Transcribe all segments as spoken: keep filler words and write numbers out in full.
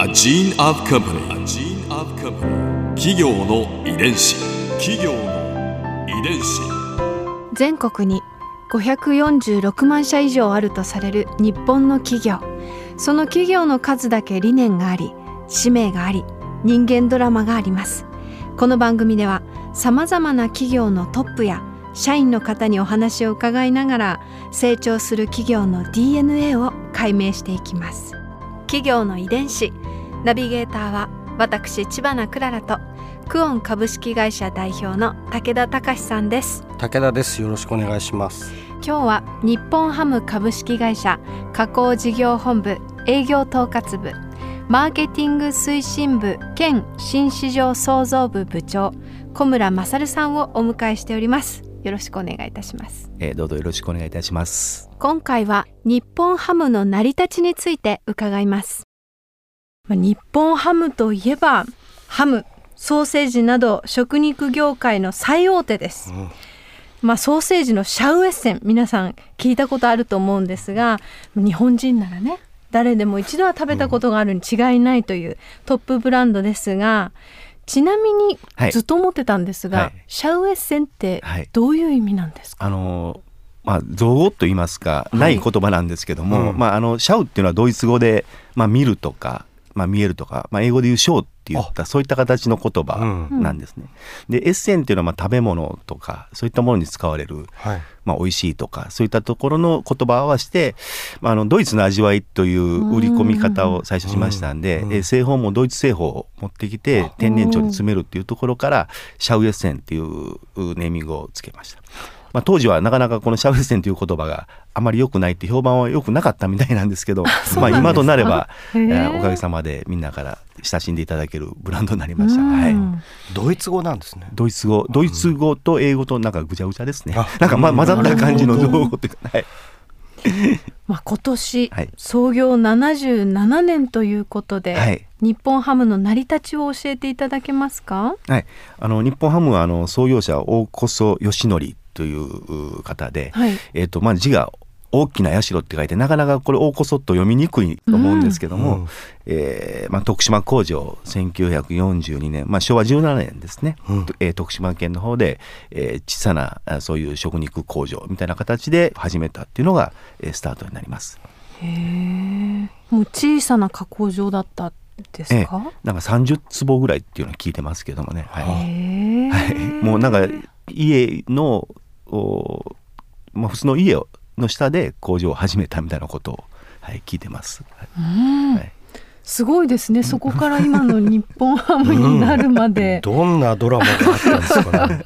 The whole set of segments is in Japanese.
A gene of company. A gene of company. 企業の遺伝子。企業の遺伝子。 全国にごひゃくよんじゅうろくまんしゃ以上あるとされる日本の企業。その企業の数だけ理念があり、使命があり、人間ドラマがあります。この番組ではさまざまな企業のトップや社員の方にお話を伺いながら、成長する企業の ディーエヌエー を解明していきます。企業の遺伝子。ナビゲーターは私知花くららと、クオン株式会社代表の武田隆さんです。 武田です。よろしくお願いします。 今日は日本ハム株式会社加工事業本部営業統括部マーケティング推進部兼新市場創造部部長小村勝さんをお迎えしております。よろしくお願いいたします。 えー、どうぞよろしくお願いいたします。 今回は日本ハムの成り立ちについて伺います。日本ハムといえばハム、ソーセージなど食肉業界の最大手です、うんまあ、ソーセージのシャウエッセン、皆さん聞いたことあると思うんですが、日本人ならね、誰でも一度は食べたことがあるに違いないというトップブランドですが、ちなみにずっと思ってたんですが、はいはい、シャウエッセンってどういう意味なんですか？ はい、あのまあ、造語と言いますか、ない言葉なんですけども、はいうんまあ、あのシャウっていうのはドイツ語で、まあ、見るとか、まあ、見えるとか、まあ、英語で言うショーっていったそういった形の言葉なんですね、うん、でエッセンっていうのはまあ食べ物とかそういったものに使われる、はいまあ、美味しいとかそういったところの言葉を合わせて、まあ、あのドイツの味わいという売り込み方を最初しましたんで、うんうん、製法もドイツ製法を持ってきて天然調に詰めるっていうところからシャウエッセンっていうネーミングをつけました。まあ、当時はなかなかこのシャウエッセンという言葉があまり良くないって評判は良くなかったみたいなんですけどまあ、今となれば、えー、おかげさまでみんなから親しんでいただけるブランドになりました、はい、 ドイツ語なんですね。 ドイツ語ドイツ語と英語となんかぐちゃぐちゃですね、なんか、ま、混ざった感じの造語というか、はいまあ、今年、はい、創業ななじゅうななねんということで、はい、日本ハムの成り立ちを教えていただけますか？ はい、あの日本ハムはあの創業者大こそ義則という方で、はいえーとまあ、字が大きな社って書いてなかなかこれ大こそと読みにくいと思うんですけども、うんえーまあ、徳島工場せんきゅうひゃくよんじゅうにねん、まあ、しょうわじゅうななねんですね、うんえー、徳島県の方で、えー、小さなそういう食肉工場みたいな形で始めたっていうのが、えー、スタートになります。 へー、もう小さな加工場だったですか？えー、 なんかさんじゅっつぼぐらいっていうのを聞いてますけどもね、はいはい、もうなんか家のまあ、普通の家の下で工場を始めたみたいなことを、はい、聞いてます、 うんはい、すごいですね。そこから今の日本ハムになるまで、 うん、どんなドラマがあったんですかね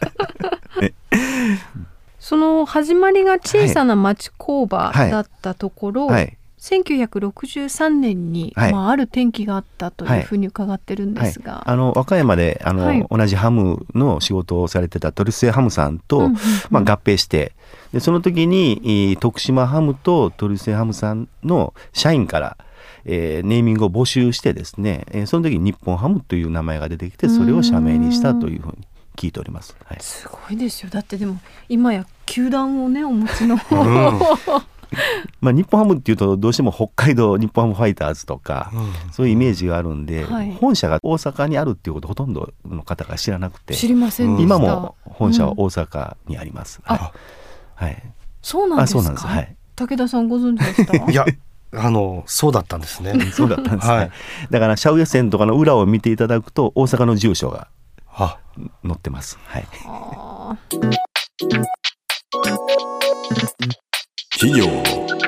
その始まりが小さな町工場だったところ、はいはいはいせんきゅうひゃくろくじゅうさんねんに、はいまあ、ある転機があったというふうに伺ってるんですが、 はいはい、あの和歌山であの、はい、同じハムの仕事をされてたトルセイハムさんと、うんうんうんまあ、合併してでその時に徳島ハムとトルセイハムさんの社員から、えー、ネーミングを募集してですね、えー、その時に日本ハムという名前が出てきてそれを社名にしたというふうに聞いております、はい、 すごいですよ。だってでも今や球団をねお持ちの、うんまあ、日本ハムっていうとどうしても北海道日本ハムファイターズとか、うん、そういうイメージがあるんで、はい、本社が大阪にあるっていうことほとんどの方が知らなくて知りませんでした。 今も本社は大阪にあります、うんはいはい、そうなんですか？あ、そうなんです、はい、武田さんご存知でした？ いやあのそうだったんですねそうだったんです、はい、だからシャウエッセンとかの裏を見ていただくと大阪の住所が載ってます、はい、あ企業の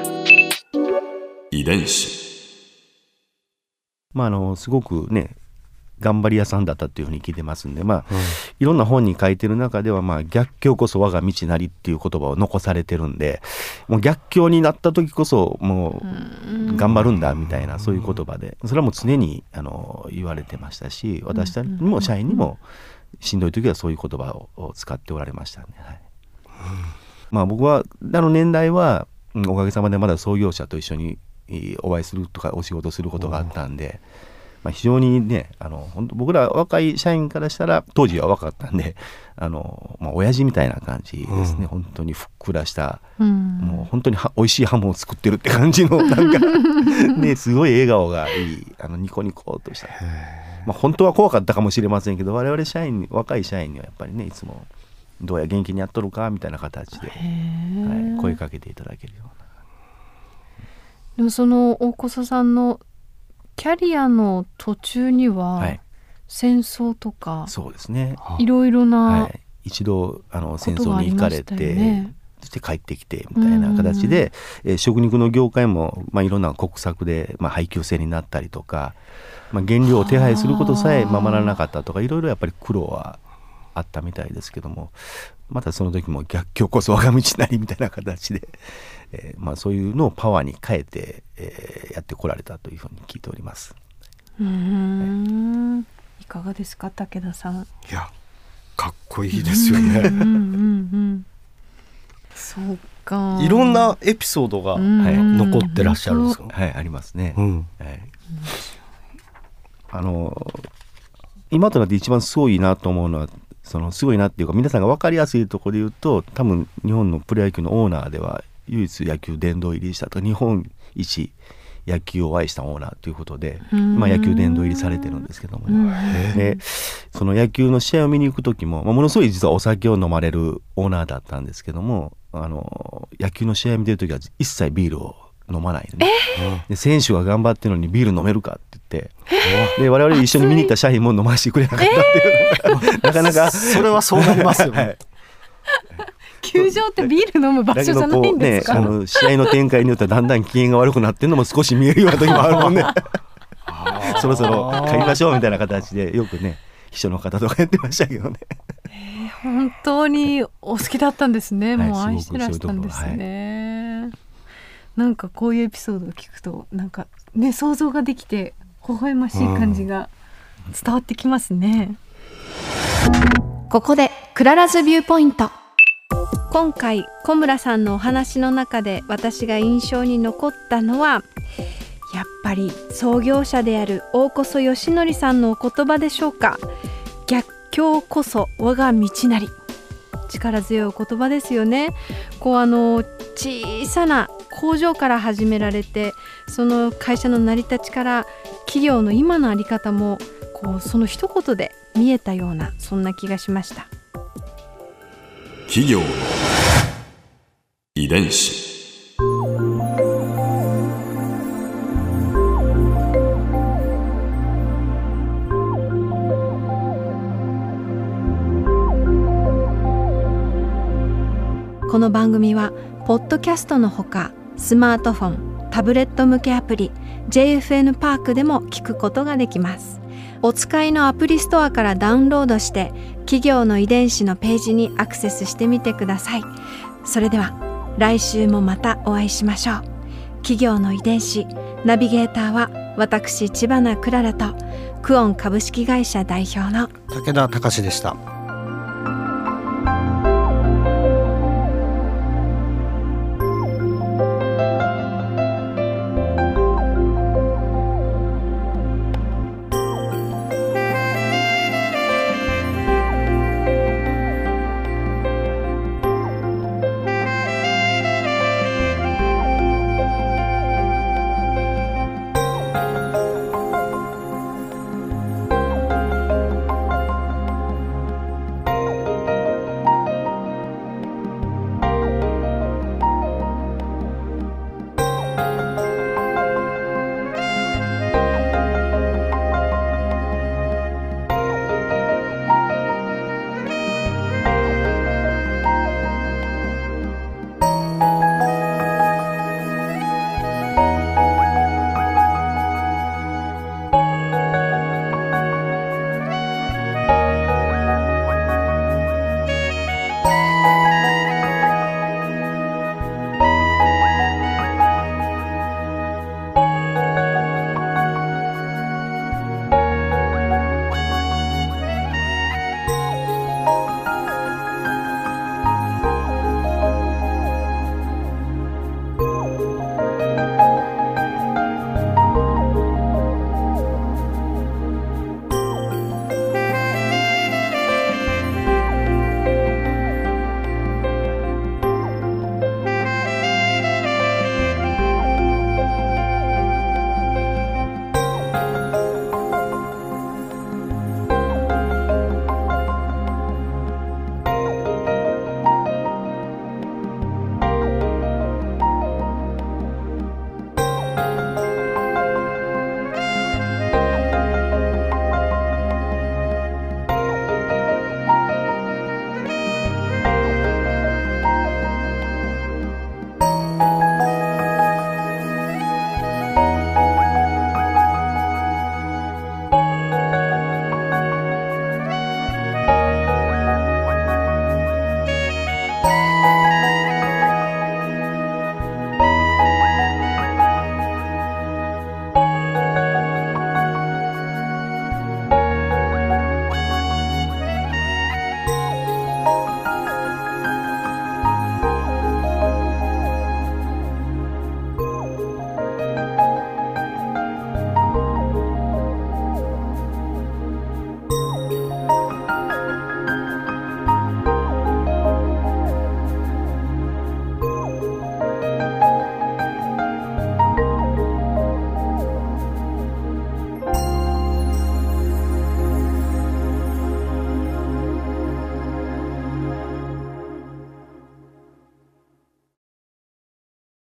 遺伝子、 まあ、あのすごくね頑張り屋さんだったっていうふうに聞いてますんで、まあうん、いろんな本に書いてる中では、まあ、逆境こそ我が道なりっていう言葉を残されてるんでもう逆境になった時こそもう頑張るんだみたいなそういう言葉でそれはもう常にあの言われてましたし私たちにも社員にもしんどい時はそういう言葉を使っておられましたね、はいうんまあ、僕はあの年代はおかげさまでまだ創業者と一緒にお会いするとかお仕事することがあったんで、 まあ、非常にねあの本当僕ら若い社員からしたら当時は若かったんであの、まあ、親父みたいな感じですね、うん、本当にふっくらした、うん、もう本当には美味しいハムを作ってるって感じのなんかねすごい笑顔がいいあのニコニコとした、まあ、本当は怖かったかもしれませんけど我々社員若い社員にはやっぱりねいつもどうや元気にやっとるかみたいな形で、はい、声かけていただけるような。 でもその大小佐さんのキャリアの途中には、はい、戦争とかそうですねいろいろな、 はい、一度あの戦争に行かれて、ね、そして帰ってきてみたいな形で、えー、食肉の業界も、まあ、いろんな国策で、まあ、配給制になったりとか、まあ、原料を手配することさえままならなかったとかいろいろやっぱり苦労はあったみたいですけどもまたその時も逆境こそ我が道なりみたいな形で、えーまあ、そういうのをパワーに変えて、えー、やってこられたというふうに聞いております。 うーん、はい、いかがですか武田さん。 いやかっこいいですよね。うんうんうん、うん、 そうかいろんなエピソードが、はい、残ってらっしゃるんですか。 はい、ありますね、 うんはい、あの今となって一番すごいなと思うのはそのすごいなっていうか皆さんが分かりやすいところで言うと多分日本のプロ野球のオーナーでは唯一野球殿堂入りしたと日本一野球を愛したオーナーということで、まあ、野球殿堂入りされてるんですけども、ね、でその野球の試合を見に行く時も、まあ、ものすごい実はお酒を飲まれるオーナーだったんですけどもあの野球の試合を見てる時は一切ビールを飲まないで、ねえー、で選手が頑張ってるのにビール飲めるかって言って、えー、で我々一緒に見に行った社員も飲ませてくれなかったっていう、えー、なかなかそれはそうなりますよね、はい球場ってビール飲む場所じゃないんですか。 だけどこう、ね、あの試合の展開によってはだんだん機嫌が悪くなってるのも少し見えるような時もあるもんねそろそろ帰りましょうみたいな形でよくね秘書の方とかやってましたけどね、 えー、本当にお好きだったんですね、はい、もう愛してらしたんですね、はい、なんかこういうエピソードを聞くとなんかね想像ができて微笑ましい感じが伝わってきますね、 うん、ここでクララズビューポイント。 今回小村さんのお話の中で私が印象に残ったのはやっぱり創業者である大小曽義則さんのお言葉でしょうか。逆境こそ我が道なり。力強いお言葉ですよね。こうあの小さな工場から始められてその会社の成り立ちから企業の今のあり方もこうその一言で見えたようなそんな気がしました。 企業の遺伝子。 この番組はポッドキャストのほかスマートフォン、タブレット向けアプリ ジェイエフエヌ パークでも聞くことができます。お使いのアプリストアからダウンロードして企業の遺伝子のページにアクセスしてみてください。それでは来週もまたお会いしましょう。企業の遺伝子ナビゲーターは私千葉なクララとクオン株式会社代表の武田隆でした。